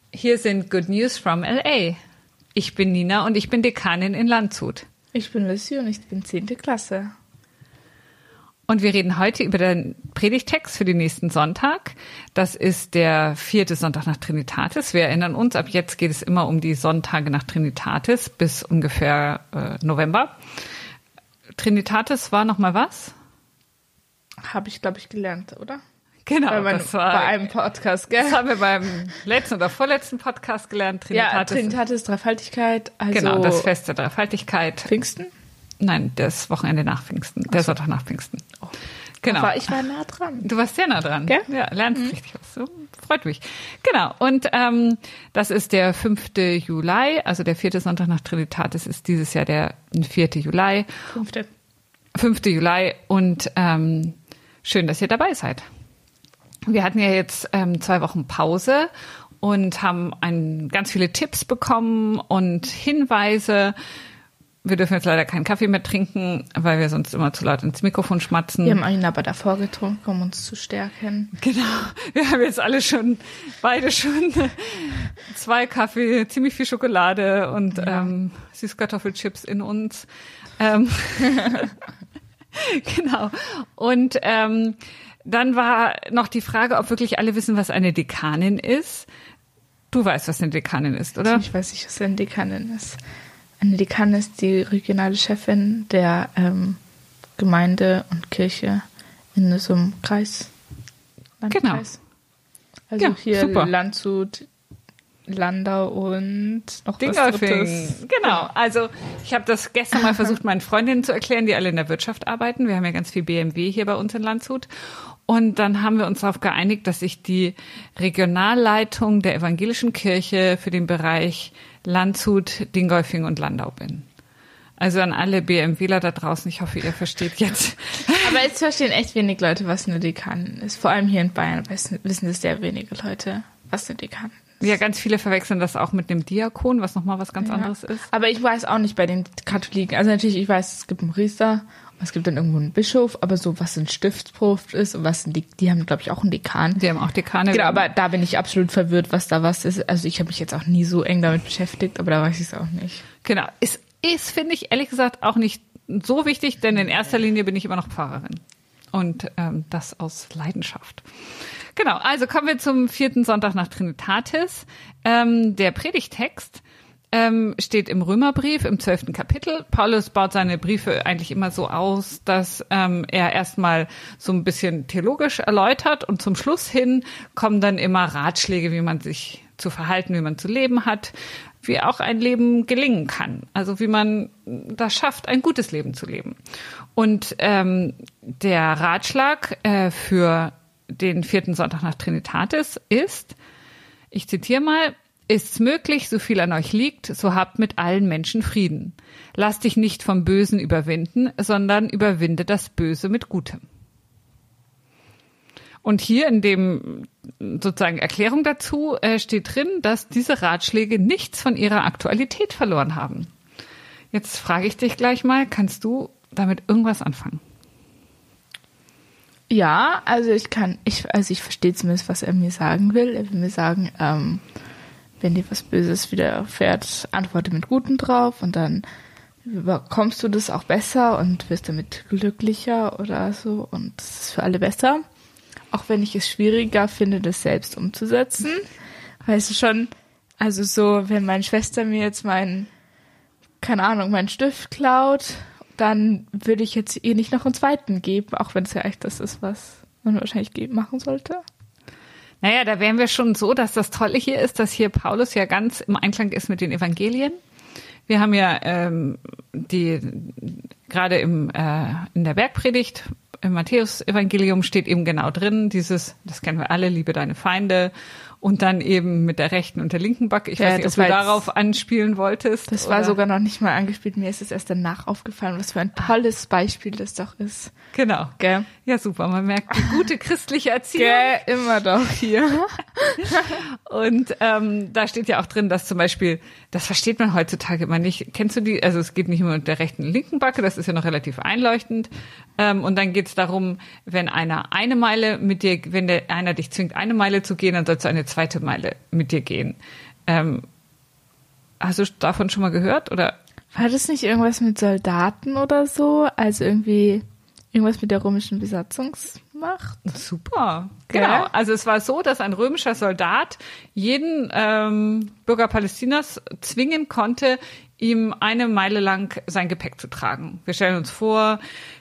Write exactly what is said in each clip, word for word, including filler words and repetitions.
Hier sind Good News from L A. Ich bin Nina und ich bin Dekanin in Landshut. Ich bin Lucy und ich bin zehnte Klasse. Und wir reden heute über den Predigtext für den nächsten Sonntag. Das ist der vierte Sonntag nach Trinitatis. Wir erinnern uns, ab jetzt geht es immer um die Sonntage nach Trinitatis bis ungefähr äh, November. Trinitatis war noch mal was? Habe ich, glaube ich, gelernt, oder? Genau, bei, meinem, das war, bei einem Podcast, gell? Das haben wir beim letzten oder vorletzten Podcast gelernt. Trinitatis. Ja, Trinitatis, Dreifaltigkeit. Also genau, das Fest der Dreifaltigkeit. Pfingsten? Nein, das Wochenende nach Pfingsten, der so. Sonntag nach Pfingsten. Oh. Genau. War, ich war nah dran. Du warst sehr nah dran. Gell? Ja, lernst mhm. richtig was. So, freut mich. Genau. Und ähm, das ist der fünfte Juli, also der vierte Sonntag nach Trinitatis ist dieses Jahr der vierte Juli. Fünfte. Fünfte Juli. Und ähm, schön, dass ihr dabei seid. Wir hatten ja jetzt ähm, zwei Wochen Pause und haben ein, ganz viele Tipps bekommen und Hinweise. Wir dürfen jetzt leider keinen Kaffee mehr trinken, weil wir sonst immer zu laut ins Mikrofon schmatzen. Wir haben ihn aber davor getrunken, um uns zu stärken. Genau. Wir haben jetzt alle schon, beide schon zwei Kaffee, ziemlich viel Schokolade und ja. ähm, Süßkartoffelchips in uns. Ähm, genau. Und ähm, dann war noch die Frage, ob wirklich alle wissen, was eine Dekanin ist. Du weißt, was eine Dekanin ist, oder? Ich weiß nicht, was eine Dekanin ist. Eine Dekanin ist die regionale Chefin der ähm, Gemeinde und Kirche in so einem Kreis. Landkreis. Genau. Also ja, hier super. Landshut, Landau und noch was Drittes. Genau. Also ich habe das gestern mal versucht, meinen Freundinnen zu erklären, die alle in der Wirtschaft arbeiten. Wir haben ja ganz viel B M W hier bei uns in Landshut. Und dann haben wir uns darauf geeinigt, dass ich die Regionalleitung der evangelischen Kirche für den Bereich Landshut, Dingolfing und Landau bin. Also an alle BMWler da draußen, ich hoffe, ihr versteht jetzt. Aber jetzt verstehen echt wenig Leute, was eine Dekanin ist. Vor allem hier in Bayern wissen es sehr wenige Leute, was eine Dekanin ist. Ja, ganz viele verwechseln das auch mit einem Diakon, was nochmal was ganz ja. anderes ist. Aber ich weiß auch nicht bei den Katholiken. Also natürlich, ich weiß, es gibt einen Priester, es gibt dann irgendwo einen Bischof, aber so, was ein Stiftsprof ist und was ein De- die haben, glaube ich, auch einen Dekan. Die haben auch Dekane. Genau, aber da bin ich absolut verwirrt, was da was ist. Also ich habe mich jetzt auch nie so eng damit beschäftigt, aber da weiß ich es auch nicht. Genau. Es ist, finde ich, ehrlich gesagt auch nicht so wichtig, denn in erster Linie bin ich immer noch Pfarrerin. Und ähm, das aus Leidenschaft. Genau, also kommen wir zum vierten Sonntag nach Trinitatis. Ähm, der Predigtext ähm, steht im Römerbrief im zwölften Kapitel. Paulus baut seine Briefe eigentlich immer so aus, dass ähm, er erstmal so ein bisschen theologisch erläutert und zum Schluss hin kommen dann immer Ratschläge, wie man sich zu verhalten, wie man zu leben hat, wie auch ein Leben gelingen kann. Also wie man das schafft, ein gutes Leben zu leben. Und ähm, der Ratschlag äh, für den vierten Sonntag nach Trinitatis ist, ich zitiere mal, ist's möglich, so viel an euch liegt, so habt mit allen Menschen Frieden. Lass dich nicht vom Bösen überwinden, sondern überwinde das Böse mit Gutem. Und hier in dem sozusagen Erklärung dazu äh, steht drin, dass diese Ratschläge nichts von ihrer Aktualität verloren haben. Jetzt frage ich dich gleich mal, kannst du damit irgendwas anfangen? Ja, also ich kann, ich, also ich verstehe zumindest, was er mir sagen will. Er will mir sagen, ähm, wenn dir was Böses widerfährt, antworte mit Guten drauf und dann bekommst du das auch besser und wirst damit glücklicher oder so und das ist für alle besser. Auch wenn ich es schwieriger finde, das selbst umzusetzen. Weißt du schon, also so, wenn meine Schwester mir jetzt meinen, keine Ahnung, meinen Stift klaut, dann würde ich jetzt ihr nicht noch einen zweiten geben, auch wenn es ja echt das ist, was man wahrscheinlich machen sollte. Naja, da wären wir schon so, dass das Tolle hier ist, dass hier Paulus ja ganz im Einklang ist mit den Evangelien. Wir haben ja ähm, die gerade im äh, in der Bergpredigt im Matthäus-Evangelium steht eben genau drin, dieses, das kennen wir alle, liebe deine Feinde und dann eben mit der rechten und der linken Backe. Ich ja, weiß nicht, ob du darauf anspielen wolltest. Das oder? War sogar noch nicht mal angespielt. Mir ist es erst danach aufgefallen, was für ein tolles Beispiel das doch ist. Genau. Gell? Ja, super. Man merkt die gute christliche Erziehung. Gell, immer doch hier. Und ähm, da steht ja auch drin, dass zum Beispiel, das versteht man heutzutage immer nicht. Kennst du die? Also es geht nicht nur mit der rechten und linken Backe, das ist ja noch relativ einleuchtend. Ähm, und dann geht es darum, wenn einer eine Meile mit dir, wenn der einer dich zwingt, eine Meile zu gehen, dann sollst du eine eine zweite Meile mit dir gehen. Ähm, hast du davon schon mal gehört? Oder? War das nicht irgendwas mit Soldaten oder so? Also irgendwie irgendwas mit der römischen Besatzungsmacht? Super. Genau. Also es war so, dass ein römischer Soldat jeden ähm, Bürger Palästinas zwingen konnte, ihm eine Meile lang sein Gepäck zu tragen. Wir stellen uns vor,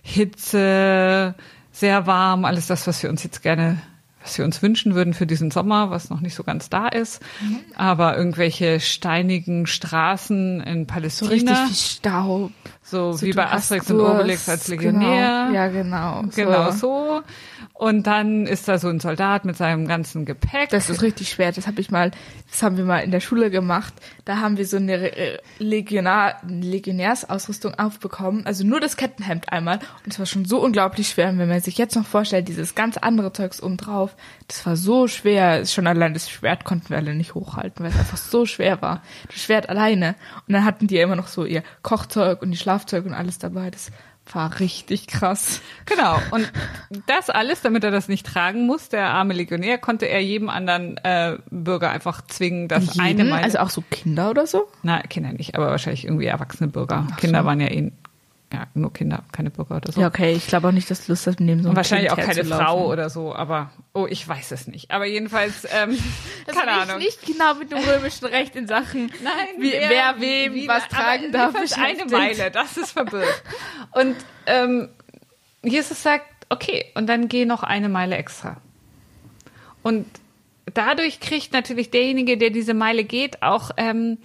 Hitze, sehr warm, alles das, was wir uns jetzt gerne, was wir uns wünschen würden für diesen Sommer, was noch nicht so ganz da ist. Mhm. Aber irgendwelche steinigen Straßen in Palästina. So richtig viel Staub. So, so wie bei Asterix und Obelix als Legionär. Genau. Ja, genau. Genau so. so. Und dann ist da so ein Soldat mit seinem ganzen Gepäck. Das ist richtig schwer. Das habe ich mal, das haben wir mal in der Schule gemacht. Da haben wir so eine Legionar, Legionärsausrüstung aufbekommen. Also nur das Kettenhemd einmal. Und es war schon so unglaublich schwer. Und wenn man sich jetzt noch vorstellt, dieses ganz andere Zeugs oben drauf, das war so schwer. Schon allein das Schwert konnten wir alle nicht hochhalten, weil es einfach so schwer war. Das Schwert alleine. Und dann hatten die ja immer noch so ihr Kochzeug und die Schlafzeug und alles dabei. Das war richtig krass. Genau. Und das alles, damit er das nicht tragen muss, der arme Legionär, konnte er jedem anderen äh, Bürger einfach zwingen, dass Jeden? eine Meile... Also auch so Kinder oder so? Na, Kinder nicht, aber wahrscheinlich irgendwie erwachsene Bürger. Ach Kinder so. waren ja eh... Ja, nur Kinder, keine Bürger oder so. Ja, okay. Ich glaube auch nicht, dass Lust hat, neben so einem Und wahrscheinlich Kind auch keine herzulaufen. Frau oder so, aber... Oh, ich weiß es nicht. Aber jedenfalls... Ähm, das keine hat Ahnung. nicht genau mit dem römischen Recht in Sachen, Nein, wie, wer, wer wem wie, was aber tragen darf. jedenfalls eine beschäftigt. Meile, das ist verbürgt. Und ähm, Jesus sagt, okay, und dann geh noch eine Meile extra. Und dadurch kriegt natürlich derjenige, der diese Meile geht, auch, ähm,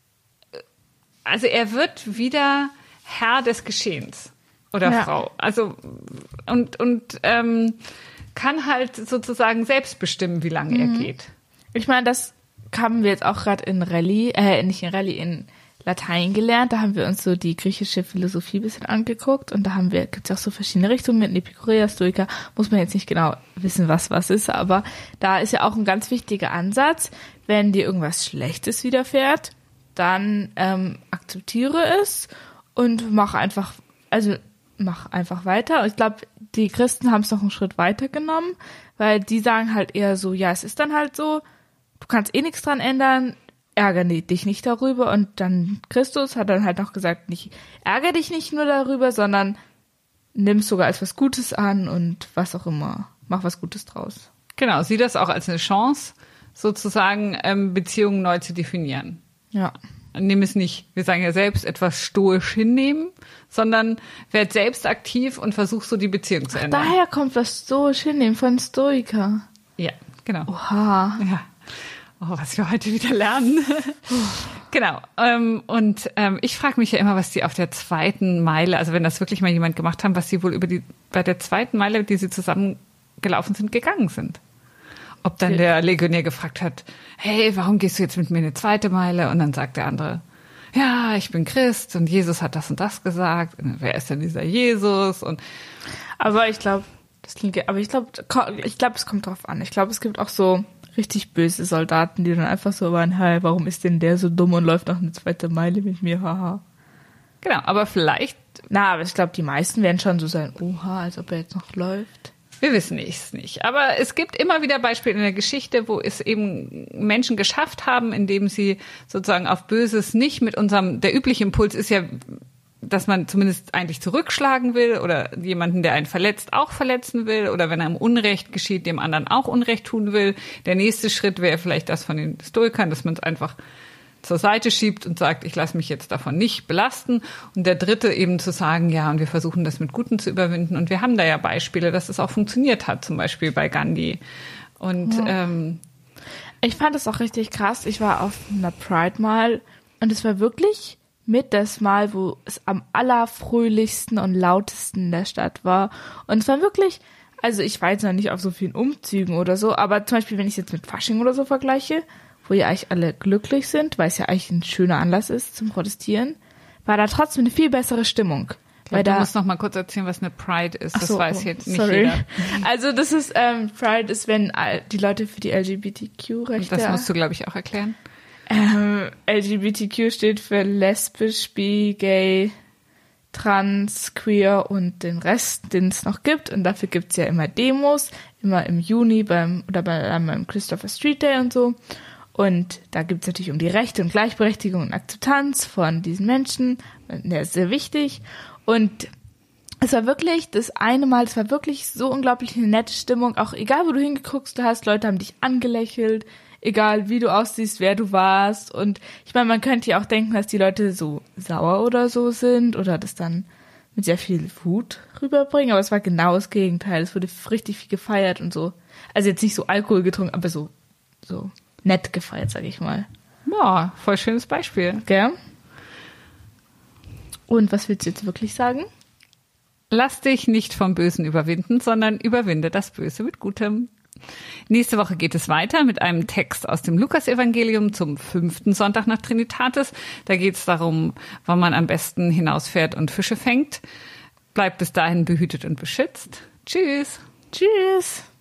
also er wird wieder Herr des Geschehens oder Ja. Frau. Also und und ähm, kann halt sozusagen selbst bestimmen, wie lange Mhm. er geht. Ich meine, das haben wir jetzt auch gerade in Rallye, äh, nicht in Rallye, in Latein gelernt. Da haben wir uns so die griechische Philosophie ein bisschen angeguckt und da haben wir, gibt's auch so verschiedene Richtungen mit Epikureer, Stoiker, muss man jetzt nicht genau wissen, was was ist, aber da ist ja auch ein ganz wichtiger Ansatz, wenn dir irgendwas Schlechtes widerfährt, dann ähm, akzeptiere es und mach einfach, also mach einfach weiter. Und ich glaube, die Christen haben es noch einen Schritt weiter genommen, weil die sagen halt eher so, ja, es ist dann halt so, du kannst eh nichts dran ändern, ärgere dich nicht darüber. Und dann Christus hat dann halt noch gesagt, nicht ärgere dich nicht nur darüber, sondern nimm es sogar als was Gutes an und was auch immer. Mach was Gutes draus. Genau, sieh das auch als eine Chance, sozusagen ähm, Beziehungen neu zu definieren. Ja. Nimm es nicht, wir sagen ja selbst, etwas stoisch hinnehmen, sondern werd selbst aktiv und versuch so die Beziehung zu ändern. Daher kommt was stoisch hinnehmen von Stoiker. Ja, genau. Oha. Ja. Oh, was wir heute wieder lernen. Genau. Ähm, und ähm, ich frage mich ja immer, was die auf der zweiten Meile, also wenn das wirklich mal jemand gemacht haben, was sie wohl über die bei der zweiten Meile, die sie zusammen gelaufen sind, gegangen sind. Ob dann der Legionär gefragt hat, hey, warum gehst du jetzt mit mir eine zweite Meile? Und dann sagt der andere, ja, ich bin Christ und Jesus hat das und das gesagt. Und wer ist denn dieser Jesus? Und Aber ich glaube, das klingt, aber ich glaube, ich glaube, es kommt drauf an. Ich glaube, es gibt auch so richtig böse Soldaten, die dann einfach so waren, hey, warum ist denn der so dumm und läuft noch eine zweite Meile mit mir, haha. Genau, aber vielleicht... Na, aber ich glaube, die meisten werden schon so sein, oha, als ob er jetzt noch läuft. Wir wissen es nicht. Aber es gibt immer wieder Beispiele in der Geschichte, wo es eben Menschen geschafft haben, indem sie sozusagen auf Böses nicht mit unserem, der übliche Impuls ist ja, dass man zumindest eigentlich zurückschlagen will oder jemanden, der einen verletzt, auch verletzen will oder wenn einem Unrecht geschieht, dem anderen auch Unrecht tun will. Der nächste Schritt wäre vielleicht das von den Stoikern, dass man es einfach zur Seite schiebt und sagt, ich lasse mich jetzt davon nicht belasten. Und der dritte eben zu sagen, ja, und wir versuchen das mit Guten zu überwinden. Und wir haben da ja Beispiele, dass es auch funktioniert hat, zum Beispiel bei Gandhi. Und ja. ähm, ich fand es auch richtig krass. Ich war auf einer Pride mal und es war wirklich mit das Mal, wo es am allerfröhlichsten und lautesten in der Stadt war. Und es war wirklich, also ich war jetzt noch nicht auf so vielen Umzügen oder so, aber zum Beispiel, wenn ich es jetzt mit Fasching oder so vergleiche, wo ja eigentlich alle glücklich sind, weil es ja eigentlich ein schöner Anlass ist zum Protestieren, war da trotzdem eine viel bessere Stimmung. Weil du da, musst noch mal kurz erzählen, was eine Pride ist. Das so, weiß jetzt nicht sorry. jeder. Also das ist, ähm, Pride ist, wenn die Leute für die L G B T Q-Rechte... Das musst du, glaube ich, auch erklären. Ähm, L G B T Q steht für lesbisch, bi, gay, trans, queer und den Rest, den es noch gibt. Und dafür gibt's ja immer Demos, immer im Juni beim oder bei, beim Christopher Street Day und so. Und da gibt's natürlich um die Rechte und Gleichberechtigung und Akzeptanz von diesen Menschen. Der ist sehr wichtig. Und es war wirklich das eine Mal, es war wirklich so unglaublich eine nette Stimmung. Auch egal, wo du hingeguckst hast, Leute haben dich angelächelt. Egal, wie du aussiehst, wer du warst. Und ich meine, man könnte ja auch denken, dass die Leute so sauer oder so sind oder das dann mit sehr viel Wut rüberbringen. Aber es war genau das Gegenteil. Es wurde richtig viel gefeiert und so. Also jetzt nicht so Alkohol getrunken, aber so, so nett gefeiert, sag ich mal. Boah, voll schönes Beispiel. Gell? Und was willst du jetzt wirklich sagen? Lass dich nicht vom Bösen überwinden, sondern überwinde das Böse mit Gutem. Nächste Woche geht es weiter mit einem Text aus dem Lukasevangelium zum fünften Sonntag nach Trinitatis. Da geht es darum, wann man am besten hinausfährt und Fische fängt. Bleibt bis dahin behütet und beschützt. Tschüss. Tschüss.